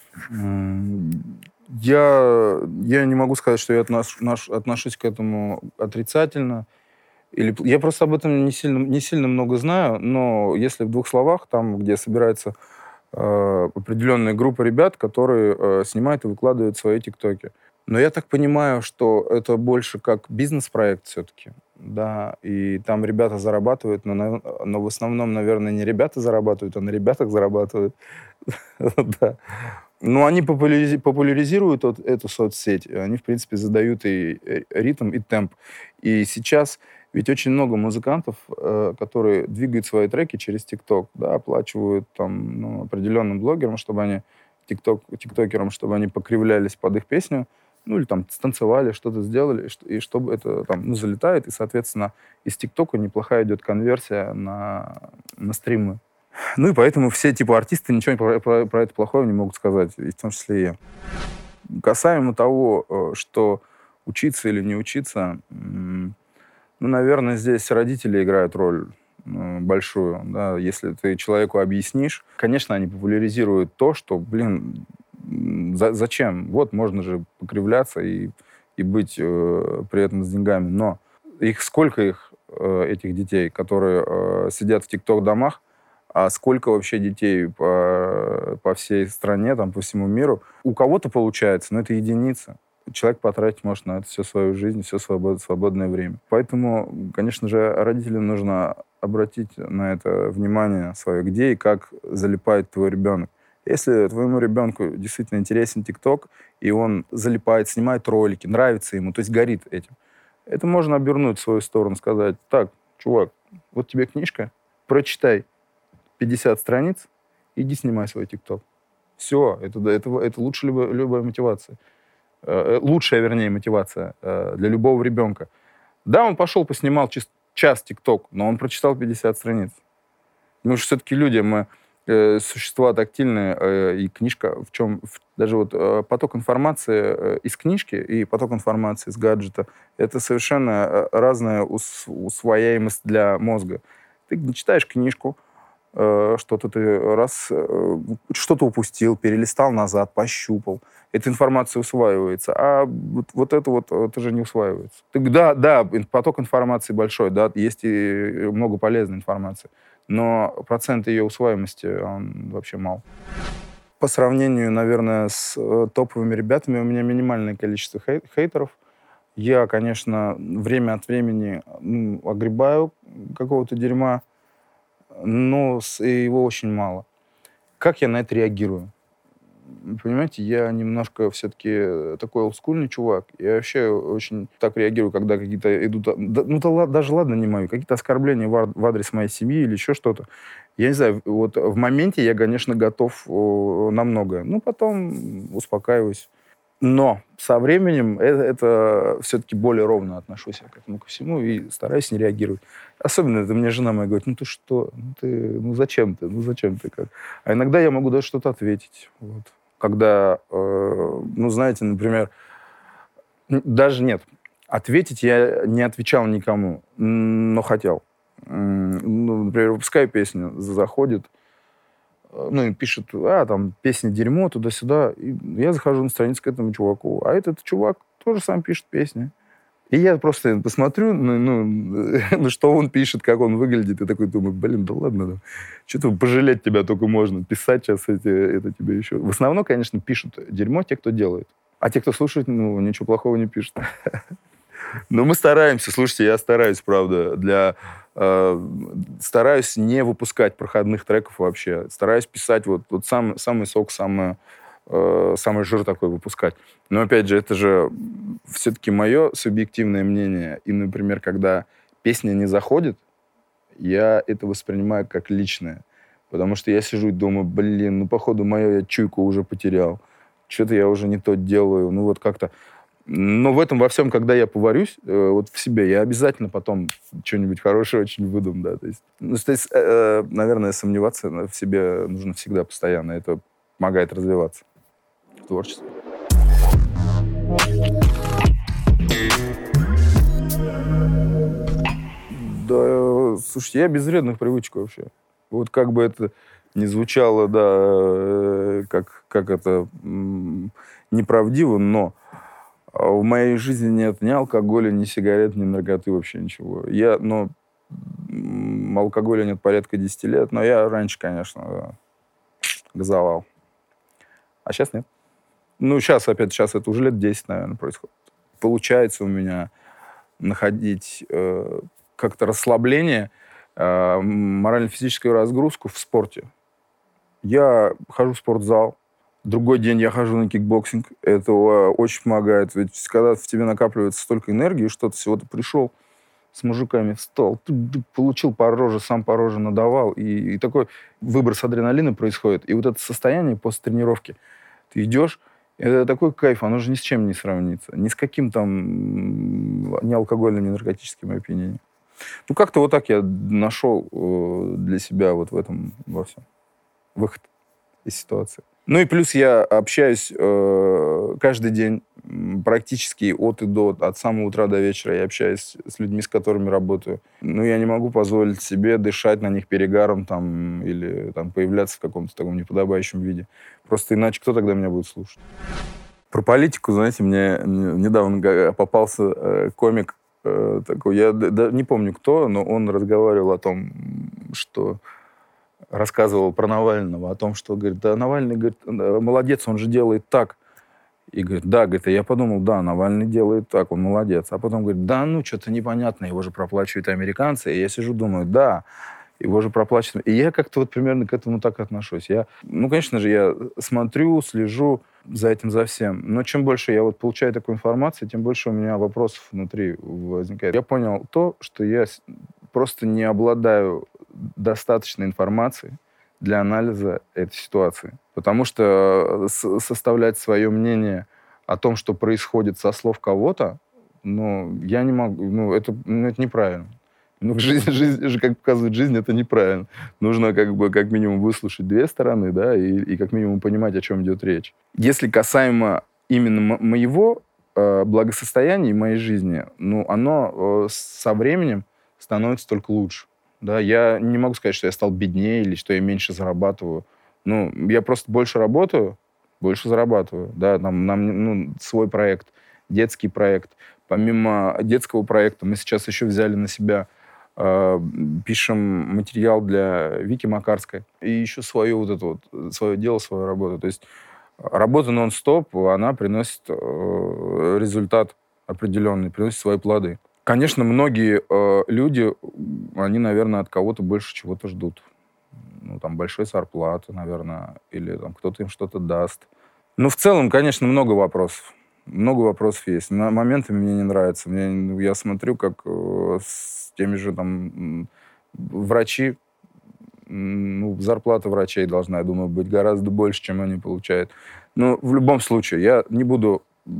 Я не могу сказать, что я отношусь к этому отрицательно. Я просто об этом не сильно много знаю, но если в 2 словах, там, где собирается определенная группа ребят, которые снимают и выкладывают свои тиктоки. Но я так понимаю, что это больше как бизнес-проект все-таки, да, и там ребята зарабатывают, но в основном, наверное, не ребята зарабатывают, а на ребятах зарабатывают. Да. Но они популяризируют вот эту соцсеть, они, в принципе, задают и ритм, и темп. И сейчас ведь очень много музыкантов, которые двигают свои треки через ТикТок, да, оплачивают там, ну, определенным блогерам, чтобы они, тиктокерам, чтобы они покривлялись под их песню, ну, или там станцевали, что-то сделали, и чтобы это там, ну, залетает, и, соответственно, из ТикТока неплохая идет конверсия на стримы. Ну и поэтому все типа артисты ничего про это плохого не могут сказать, и в том числе и я. Касаемо того, что учиться или не учиться, ну, наверное, здесь родители играют роль большую. Да? Если ты человеку объяснишь, конечно, они популяризируют то, что, блин, зачем? Вот можно же покривляться и быть при этом с деньгами. Но сколько их, этих детей, которые сидят в ТикТок-домах, а сколько вообще детей по всей стране, там, по всему миру. У кого-то получается, но это единица. Человек потратить может на это всю свою жизнь, все свободное время. Поэтому, конечно же, родителям нужно обратить на это внимание свое, где и как залипает твой ребенок. Если твоему ребенку действительно интересен ТикТок, и он залипает, снимает ролики, нравится ему, то есть горит этим, это можно обернуть в свою сторону, сказать: так, чувак, вот тебе книжка, прочитай 50 страниц, иди снимай свой ТикТок. Все, это лучше любая мотивация. Лучшая, вернее, мотивация для любого ребенка. Да, он пошел, поснимал час ТикТок, но он прочитал 50 страниц. Мы же все-таки люди, мы существа тактильные, и книжка в чем... Даже вот поток информации из книжки и поток информации из гаджета — это совершенно разная усвояемость для мозга. Ты читаешь книжку, что-то ты что-то упустил, перелистал назад, пощупал. Эта информация усваивается. А вот это же не усваивается. Да, поток информации большой, да, есть и много полезной информации, но процент ее усваиваемости, он вообще мал. По сравнению, наверное, с топовыми ребятами у меня минимальное количество хейтеров. Я, конечно, время от времени огребаю какого-то дерьма, но его очень мало. Как я на это реагирую? Понимаете, я немножко все-таки такой олдскульный чувак. Я вообще очень так реагирую, когда какие-то идут... даже ладно, не мои, какие-то оскорбления в адрес моей семьи или еще что-то. Я не знаю, вот в моменте я, конечно, готов на многое. Ну, потом успокаиваюсь. Но со временем это все-таки более ровно отношусь я к этому ко всему и стараюсь не реагировать. Особенно это мне жена моя говорит: ну ты что, зачем ты как? А иногда я могу даже что-то ответить. Вот. Когда, знаете, например, даже нет, ответить я не отвечал никому, но хотел. Например, выпускаю песню, заходит, и пишет: там, песня дерьмо, туда-сюда. И я захожу на страницу к этому чуваку. А этот чувак тоже сам пишет песни. И я просто посмотрю, что он пишет, как он выглядит, и такой думаю: блин, да ладно, что-то пожалеть тебя только можно. Писать сейчас это тебе еще... В основном, конечно, пишут дерьмо те, кто делает. А те, кто слушает, ничего плохого не пишут. Но мы стараемся, слушайте, я стараюсь, правда, стараюсь не выпускать проходных треков вообще. Стараюсь писать вот самый сок, самый жир такой выпускать. Но, опять же, это же все-таки мое субъективное мнение. И, например, когда песня не заходит, я это воспринимаю как личное. Потому что я сижу и думаю: блин, походу, мою я чуйку уже потерял. Что-то я уже не то делаю. Вот как-то... Но в этом во всем, когда я поварюсь вот в себе, я обязательно потом что-нибудь хорошее очень выдам, да. То есть, наверное, сомневаться в себе нужно всегда постоянно. Это помогает развиваться в творчестве. Да, слушайте, я без вредных привычек вообще. Вот как бы это ни звучало, да, как это неправдиво, но в моей жизни нет ни алкоголя, ни сигарет, ни наркоты, вообще ничего. Алкоголя нет порядка 10 лет, но я раньше, конечно, газовал. А сейчас нет. Ну, сейчас это уже лет 10, наверное, происходит. Получается у меня находить как-то расслабление, морально-физическую разгрузку в спорте. Я хожу в спортзал, другой день я хожу на кикбоксинг. Это очень помогает. Ведь когда в тебе накапливается столько энергии, что-то всего ты пришел с мужиками, встал, получил по роже, сам по роже надавал. И такой выброс адреналина происходит. И вот это состояние после тренировки. Ты идешь, это такой кайф, оно же ни с чем не сравнится. Ни с каким там ни алкогольным, ни наркотическим опьянением. Ну, как-то вот так я нашел для себя вот в этом во всем выход из ситуации. Ну и плюс я общаюсь каждый день практически от и до, от самого утра до вечера. Я общаюсь с людьми, с которыми работаю. Ну, я не могу позволить себе дышать на них перегаром там, или там, появляться в каком-то таком неподобающем виде. Просто иначе кто тогда меня будет слушать? Про политику, знаете, мне недавно попался комик такой, я не помню кто, но он разговаривал о том, что рассказывал про Навального, о том, что, говорит, да, Навальный, говорит, молодец, он же делает так. И говорит, да, говорит, а я подумал, да, Навальный делает так, он молодец. А потом говорит, да, ну, что-то непонятно, его же проплачивают американцы. И я сижу, думаю, да, его же проплачивают. И я как-то вот примерно к этому так отношусь. Ну, конечно же, я смотрю, слежу за этим, за всем. Но чем больше я вот получаю такую информацию, тем больше у меня вопросов внутри возникает. Я понял то, что я просто не обладаю достаточной информацией для анализа этой ситуации. Потому что составлять свое мнение о том, что происходит со слов кого-то, ну, я не могу, это неправильно. Жизнь, как показывает жизнь, это неправильно. Нужно как минимум выслушать две стороны, да, и как минимум понимать, о чем идет речь. Если касаемо именно моего благосостояния и моей жизни, оно со временем становится только лучше. Да, я не могу сказать, что я стал беднее или что я меньше зарабатываю. Я просто больше работаю, больше зарабатываю. Да, нам свой проект, детский проект. Помимо детского проекта мы сейчас еще взяли на себя, пишем материал для Вики Макарской. И еще свое дело, свою работу. То есть работа нон-стоп, она приносит результат определенный, приносит свои плоды. Конечно, многие люди, они, наверное, от кого-то больше чего-то ждут. Там большой зарплаты, наверное, или там кто-то им что-то даст. В целом, конечно, много вопросов. Много вопросов есть. Моментами мне не нравится. Я смотрю, как с теми же там врачи, зарплата врачей должна, я думаю, быть гораздо больше, чем они получают. Но в любом случае, я не буду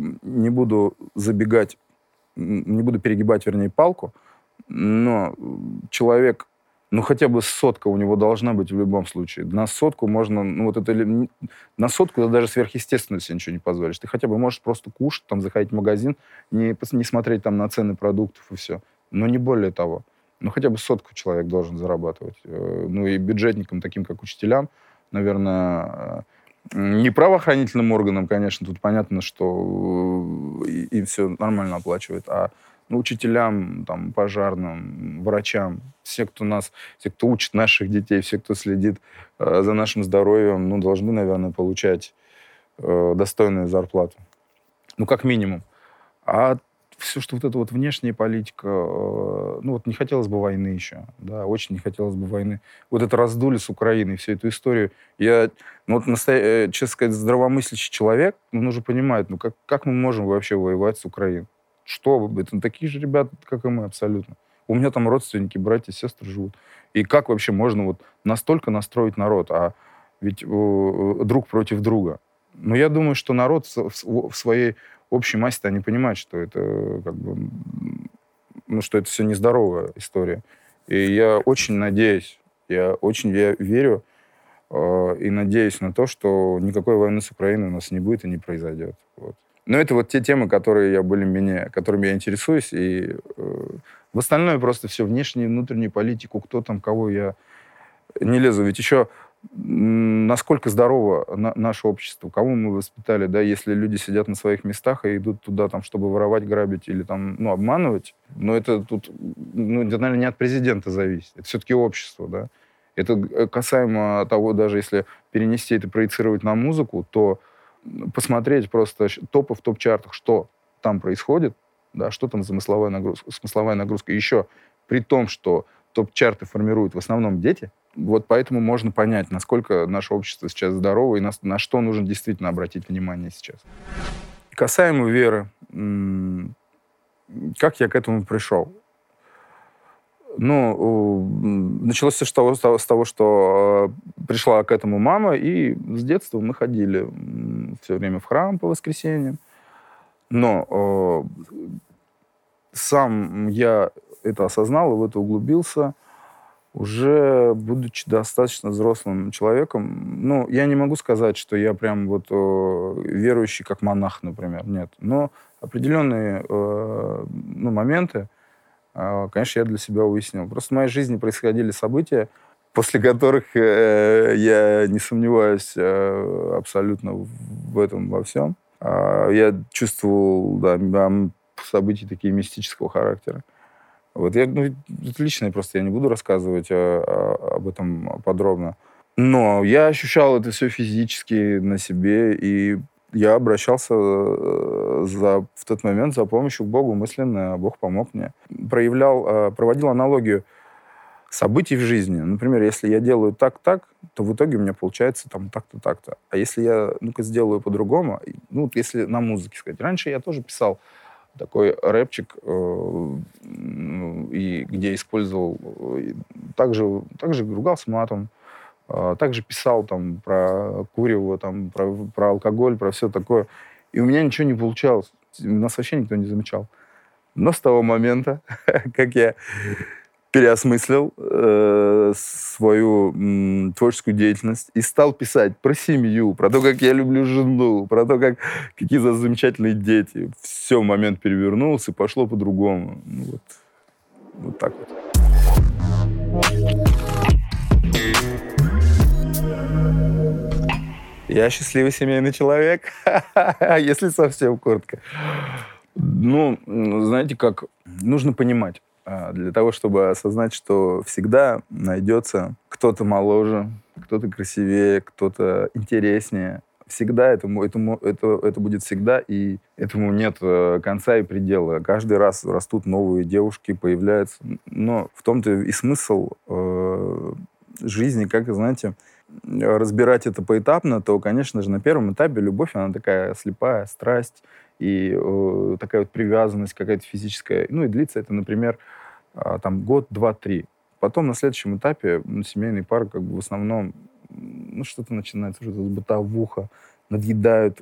перегибать, вернее, палку, но человек, хотя бы сотка у него должна быть в любом случае. На сотку можно, на сотку ты даже сверхъестественно себе ничего не позволишь. Ты хотя бы можешь просто кушать, там, заходить в магазин, не смотреть там на цены продуктов и все. Но не более того. Хотя бы сотку человек должен зарабатывать. И бюджетникам, таким как учителям, наверное, не правоохранительным органам, конечно, тут понятно, что им все нормально оплачивают, а учителям, там, пожарным, врачам, все, кто учит наших детей, все, кто следит за нашим здоровьем, должны, наверное, получать достойную зарплату. Как минимум. А все, что вот эта вот внешняя политика, не хотелось бы войны еще, да, очень не хотелось бы войны. Вот это раздули с Украиной, всю эту историю. Я, честно сказать, здравомыслящий человек, нужно понимать, как мы можем вообще воевать с Украиной? Что? Это такие же ребята, как и мы, абсолютно. У меня там родственники, братья, сестры живут. И как вообще можно настолько настроить народ? А ведь друг против друга. Я думаю, что народ в своей общей массе-то они понимают, что это что это все нездоровая история. И я очень надеюсь, я верю и надеюсь на то, что никакой войны с Украиной у нас не будет и не произойдет. Вот. Но это те темы, которыми я интересуюсь. И в остальное просто все, внешнюю и внутреннюю политику, кто там, кого, я не лезу. Ведь еще насколько здорово наше общество, кого мы воспитали, да, если люди сидят на своих местах и идут туда, там, чтобы воровать, грабить или там, обманывать, это тут, это, наверное, не от президента зависит, это все-таки общество, да. Это касаемо того, даже если перенести это, проецировать на музыку, то посмотреть просто топы в топ-чартах, что там происходит, да, что там за смысловая нагрузка. И еще при том, что топ-чарты формируют в основном дети, вот поэтому можно понять, насколько наше общество сейчас здорово и на что нужно действительно обратить внимание сейчас. Касаемо веры, как я к этому пришел? Ну, началось все с того, что пришла к этому мама, и с детства мы ходили все время в храм по воскресеньям. Но сам я это осознал и в это углубился, уже будучи достаточно взрослым человеком. Ну, я не могу сказать, что я прям вот верующий, как монах, например, нет. Но определенные моменты, конечно, я для себя уяснил. Просто в моей жизни происходили события, после которых я не сомневаюсь абсолютно в этом во всем. Я чувствовал, да, события такие мистического характера. Вот я, это личное просто, я не буду рассказывать об этом подробно. Но я ощущал это все физически на себе, и я обращался в тот момент за помощью к Богу мысленно, а Бог помог мне. Проводил аналогию событий в жизни. Например, если я делаю так-так, то в итоге у меня получается там так-то, так-то. А если я, сделаю по-другому, если на музыке сказать. Раньше я тоже писал такой рэпчик, и где использовал, также ругался матом, также писал там про курево, там, про алкоголь, про все такое. И у меня ничего не получалось. Нас вообще никто не замечал. Но с того момента, как я переосмыслил свою творческую деятельность и стал писать про семью, про то, как я люблю жену, про то, какие замечательные дети. Все, момент перевернулся, и пошло по-другому. Вот так вот. Я счастливый семейный человек, если совсем коротко. Знаете, как нужно понимать, для того, чтобы осознать, что всегда найдется кто-то моложе, кто-то красивее, кто-то интереснее. Всегда это будет всегда, и этому нет конца и предела. Каждый раз растут новые девушки, появляются. Но в том-то и смысл жизни, как, знаете, разбирать это поэтапно, то, конечно же, на первом этапе любовь, она такая слепая, страсть, и такая вот привязанность какая-то физическая. И длится это, например, там год, два, три. Потом на следующем этапе семейные пары в основном что-то начинается, что-то бытовуха, надъедают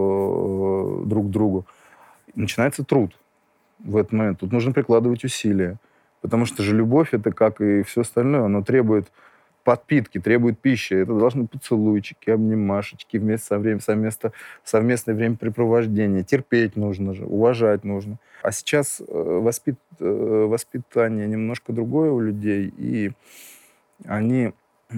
друг другу. Начинается труд в этот момент. Тут нужно прикладывать усилия. Потому что же любовь, это как и все остальное, оно требует подпитки, требует пищи. Это должны быть поцелуйчики, обнимашечки, совместное времяпрепровождение. Терпеть нужно же, уважать нужно. А сейчас воспитание немножко другое у людей, и они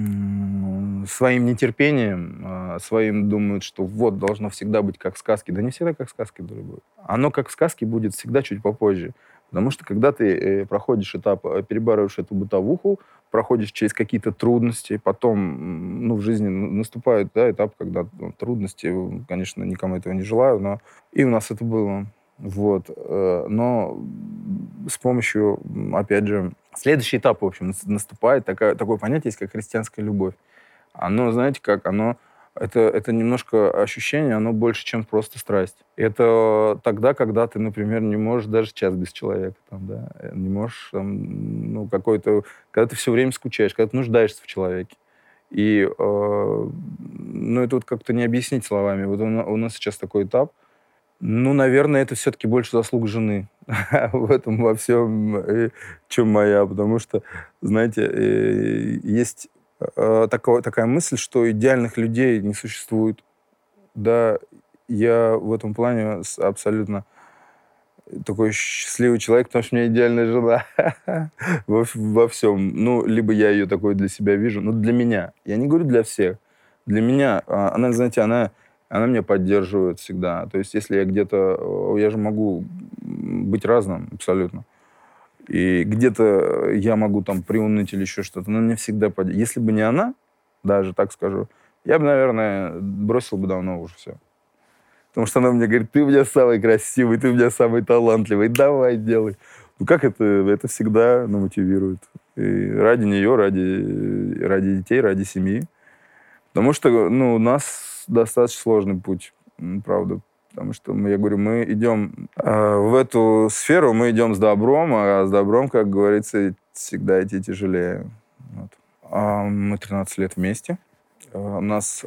своим нетерпением, своим думают, что вот должно всегда быть как в сказке. Да не всегда как в сказке, дорогой. Оно как в сказке будет всегда чуть попозже. Потому что когда ты проходишь этап, перебарываешь эту бытовуху, проходишь через какие-то трудности, потом в жизни наступает этап, когда трудности, конечно, никому этого не желаю, но и у нас это было. Вот. Но с помощью, опять же, следующий этап, в общем, наступает. Такое понятие есть, как христианская любовь. Оно, знаете, как оно... Это немножко ощущение, оно больше, чем просто страсть. Это тогда, когда ты, например, не можешь даже час без человека. Не можешь, когда ты все время скучаешь, когда ты нуждаешься в человеке. И это вот как-то не объяснить словами. Вот у нас сейчас такой этап. Наверное, это все-таки больше заслуг жены в этом во всем, чем моя. Потому что, знаете, есть такая мысль, что идеальных людей не существует. Да, я в этом плане абсолютно такой счастливый человек, потому что у меня идеальная жена во всем. Либо я ее такой для себя вижу, но для меня. Я не говорю для всех. Для меня она, знаете, она меня поддерживает всегда. То есть если я где-то... Я же могу быть разным абсолютно. И где-то я могу там приуныть или еще что-то, но мне всегда поддерживает. Если бы не она, даже так скажу, я бы, наверное, бросил бы давно уже все. Потому что она мне говорит, ты у меня самый красивый, ты у меня самый талантливый, давай, делай. Ну как это? Это всегда мотивирует. И ради нее, ради детей, ради семьи. Потому что у нас достаточно сложный путь, правда. Потому что, я говорю, мы идем в эту сферу, мы идем с добром, а с добром, как говорится, всегда идти тяжелее. Вот. Мы 13 лет вместе. У нас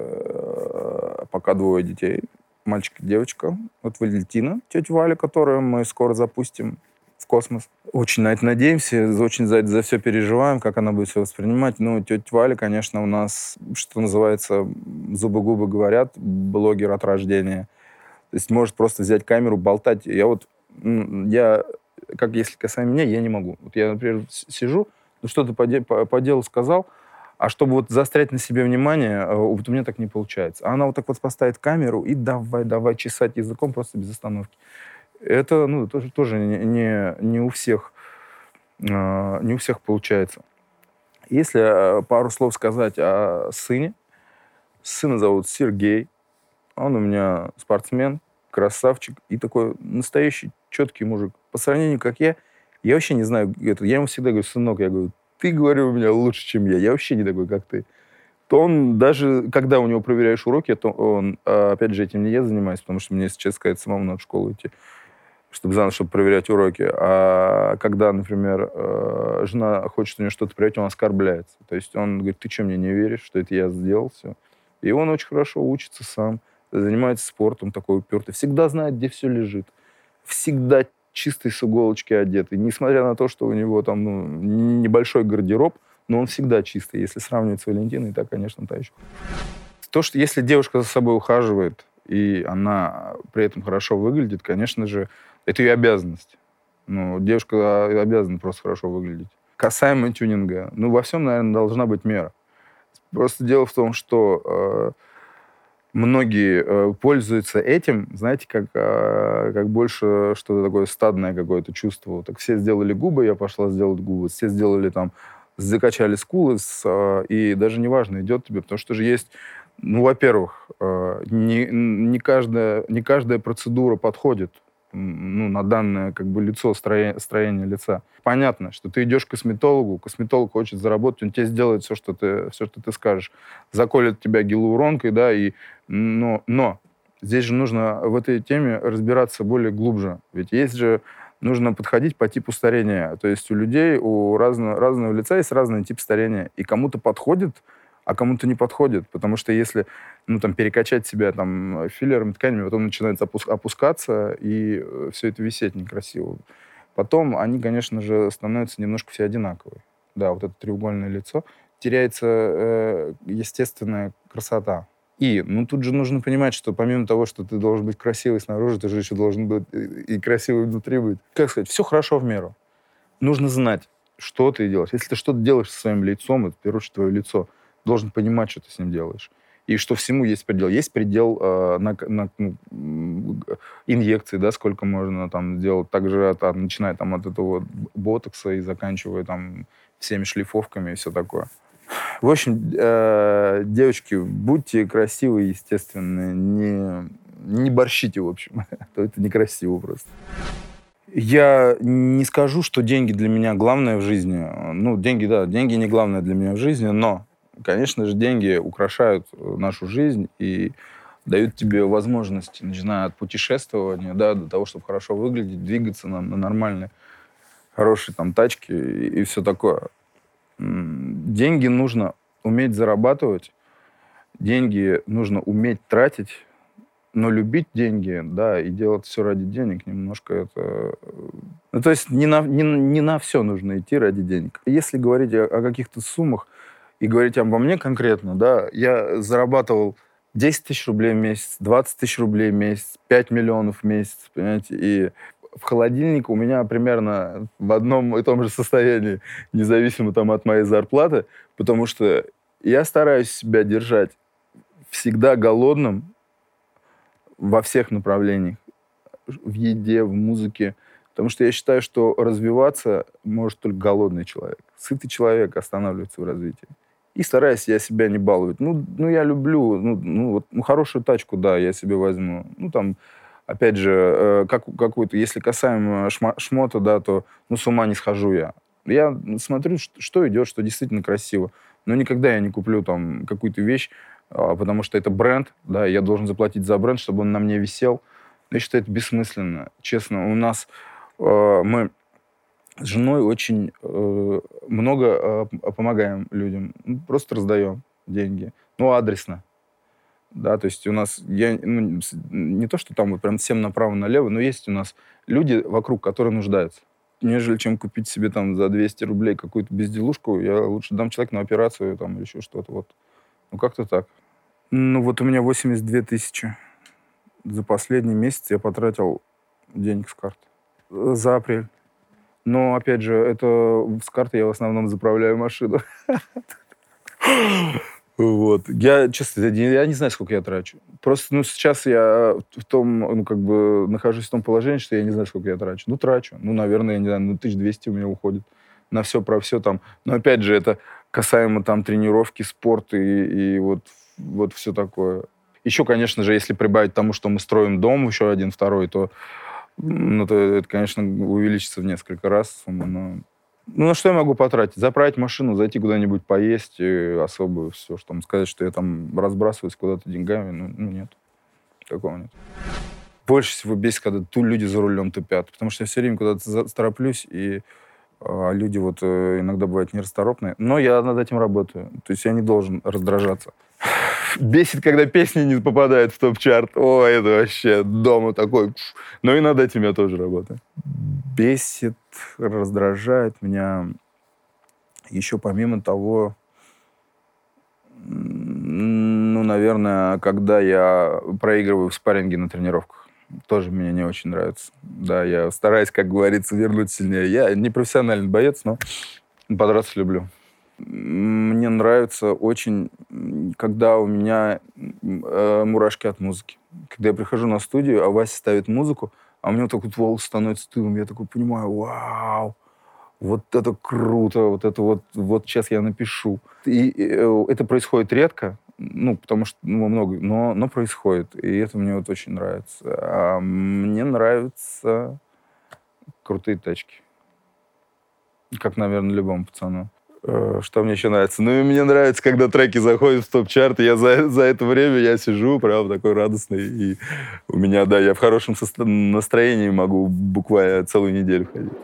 пока 2 детей. Мальчик и девочка. Вот Валентина, тетя Валя, которую мы скоро запустим в космос. Очень на это надеемся, очень за все переживаем, как она будет все воспринимать. Ну, тетя Валя, конечно, у нас, что называется, зубы-губы говорят, блогер от рождения. То есть может просто взять камеру, болтать. Я как если касаемо меня, я не могу. Вот я, например, сижу, что-то по делу сказал, а чтобы вот заострять на себе внимание, вот у меня так не получается. А она вот так вот поставит камеру и давай чесать языком просто без остановки. Это, тоже не у всех, не у всех получается. Если пару слов сказать о сыне. Сына зовут Сергей. Он у меня спортсмен, красавчик и такой настоящий четкий мужик. По сравнению, как я вообще не знаю это. Я ему всегда говорю, сынок, я говорю, ты, говорю, у меня лучше, чем я. Я вообще не такой, как ты. То он даже, когда у него проверяешь уроки, то он, опять же, этим не я занимаюсь, потому что мне, если честно сказать, самому надо в школу идти, чтобы проверять уроки. А когда, например, жена хочет у него что-то проверять, он оскорбляется. То есть он говорит, ты что, мне не веришь, что это я сделал все? И он очень хорошо учится сам, занимается спортом, такой упертый. Всегда знает, где все лежит. Всегда чистый, с иголочки одетый. Несмотря на то, что у него там небольшой гардероб, но он всегда чистый. Если сравнивать с Валентиной, так, конечно, та еще. То, что если девушка за собой ухаживает, и она при этом хорошо выглядит, конечно же, это ее обязанность. Девушка обязана просто хорошо выглядеть. Касаемо тюнинга, во всем, наверное, должна быть мера. Просто дело в том, что многие пользуются этим, знаете, как больше что-то такое стадное какое-то чувство. Так все сделали губы, я пошла сделать губы. Все сделали там, закачали скулы, и даже неважно, идет тебе, потому что же есть, во-первых, не каждая процедура подходит на данное лицо, строение лица. Понятно, что ты идешь к косметологу, косметолог хочет заработать, он тебе сделает все, что ты скажешь. Заколет тебя гиалуронкой, да, но здесь же нужно в этой теме разбираться более глубже. Ведь нужно подходить по типу старения. То есть у людей, у разного лица есть разный тип старения. И кому-то подходит, а кому-то не подходит. Потому что если перекачать себя филлерами, тканями, потом начинает опускаться, и все это висеть некрасиво. Потом они, конечно же, становятся немножко все одинаковые. Да, вот это треугольное лицо. Теряется естественная красота. И тут же нужно понимать, что помимо того, что ты должен быть красивый снаружи, ты же еще должен быть и красивый внутри быть. Как сказать, все хорошо в меру. Нужно знать, что ты делаешь. Если ты что-то делаешь со своим лицом, это, в первую очередь, твое лицо. Должен понимать, что ты с ним делаешь. И что всему есть предел. Есть предел на инъекции, да, сколько можно делать. Также начиная от этого ботокса и заканчивая всеми шлифовками и все такое. В общем, девочки, будьте красивые, естественные, не борщите, в общем. То это некрасиво просто. Я не скажу, что деньги для меня главное в жизни. Деньги не главное для меня в жизни, но, конечно же, деньги украшают нашу жизнь и дают тебе возможность, начиная от путешествования, да, до того, чтобы хорошо выглядеть, двигаться на нормальной, хорошей тачке и все такое. Деньги нужно уметь зарабатывать, деньги нужно уметь тратить, но любить деньги, да, и делать все ради денег, немножко это... то есть не на все нужно идти ради денег. Если говорить о каких-то суммах и говорить обо мне конкретно, да, я зарабатывал 10 тысяч рублей в месяц, 20 тысяч рублей в месяц, 5 миллионов в месяц, понимаете, и в холодильнике у меня примерно в одном и том же состоянии, независимо от моей зарплаты, потому что я стараюсь себя держать всегда голодным во всех направлениях. В еде, в музыке, Потому что я считаю, что развиваться может только голодный человек. Сытый человек останавливается в развитии. И стараюсь я себя не баловать. Я люблю, хорошую тачку, да, я себе возьму. Там, опять же, какую-то, если касаемо шмота, да, то, с ума не схожу я. Я смотрю, что идет, что действительно красиво. Но никогда я не куплю там какую-то вещь, потому что это бренд, да, я должен заплатить за бренд, чтобы он на мне висел. Я считаю, это бессмысленно. Честно, у нас мы с женой очень много помогаем людям. Просто раздаем деньги. Адресно. Да, то есть у нас, не то, что там вот прям всем направо-налево, но есть у нас люди вокруг, которые нуждаются. Нежели чем купить себе там за 200 рублей какую-то безделушку, я лучше дам человеку на операцию там, или еще что-то. Вот. Как-то так. У меня 82 тысячи. За последний месяц я потратил денег с карты. За апрель. Но, опять же, это с карты я в основном заправляю машину. Вот. Я, честно, я не знаю, сколько я трачу. Просто, сейчас я в том, нахожусь в том положении, что я не знаю, сколько я трачу. Трачу. Наверное, я не знаю, 1200 у меня уходит. На все про все там. Но, опять же, это касаемо там тренировки, спорта и вот все такое. Еще, конечно же, если прибавить тому, что мы строим дом, еще один, второй, то это, конечно, увеличится в несколько раз сумма. Но на что я могу потратить? Заправить машину, зайти куда-нибудь поесть, и особо все, что сказать, что я там разбрасываюсь куда-то деньгами, нет. Такого нет. Больше всего бесит, когда люди за рулем тупят, потому что я все время куда-то тороплюсь, и люди иногда бывают нерасторопные. Но я над этим работаю. То есть я не должен раздражаться. Бесит, когда песни не попадают в топ-чарт. Это вообще дома такой. Но и над этим я тоже работаю. Бесит, раздражает меня еще помимо того, наверное, когда я проигрываю в спарринге на тренировках. Тоже мне не очень нравится. Да, я стараюсь, как говорится, вернуть сильнее. Я не профессиональный боец, но подраться люблю. Мне нравится очень, когда у меня мурашки от музыки. Когда я прихожу на студию, а Вася ставит музыку, а у меня волосы становятся дыбом. Я такой понимаю, вау, вот это круто, вот сейчас я напишу. И это происходит редко, потому что много, но происходит. И это мне очень нравится. А мне нравятся крутые тачки. Как, наверное, любому пацану. Что мне еще нравится? Мне нравится, когда треки заходят в топ-чарт, и я за это время я сижу прям такой радостный. И у меня, да, я в хорошем настроении могу буквально целую неделю ходить.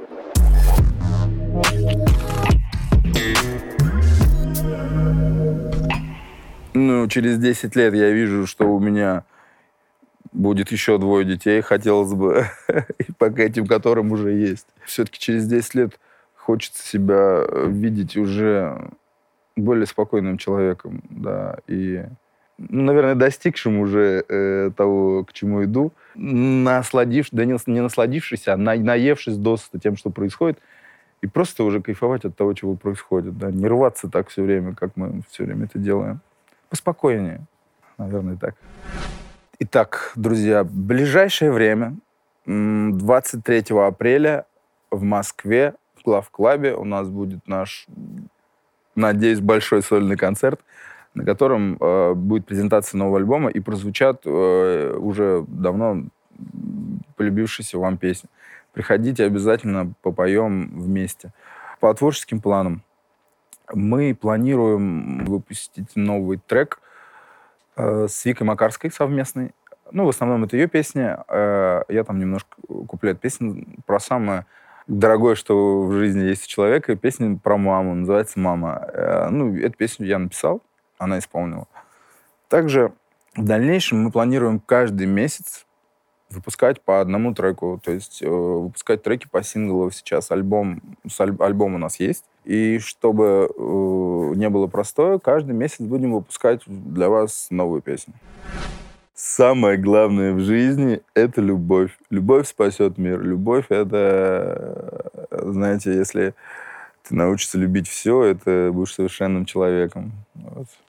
Через 10 лет я вижу, что у меня будет еще 2 детей, хотелось бы, и пока этим которым уже есть. Все-таки через 10 лет хочется себя видеть уже более спокойным человеком, да, и, наверное, достигшим уже того, к чему иду, не насладившись, а наевшись досыта тем, что происходит, и просто уже кайфовать от того, чего происходит, да, не рваться так все время, как мы все время это делаем. Поспокойнее, наверное, так. Итак, друзья, в ближайшее время, 23 апреля в Москве, в Главклабе у нас будет наш, надеюсь, большой сольный концерт, на котором будет презентация нового альбома и прозвучат уже давно полюбившиеся вам песни. Приходите, обязательно попоем вместе. По творческим планам мы планируем выпустить новый трек с Викой Макарской совместный. В основном это ее песня. Я там немножко куплет песен про самое дорогое, что в жизни есть у человека. Песня про маму, называется «Мама». Эту песню я написал, она исполнила. Также в дальнейшем мы планируем каждый месяц выпускать по одному треку. То есть выпускать треки по синглу сейчас. Альбом у нас есть. И чтобы не было простое, каждый месяц будем выпускать для вас новую песню. Самое главное в жизни — это любовь. Любовь спасет мир. Любовь — это, знаете, если ты научишься любить все, это будешь совершенным человеком. Вот.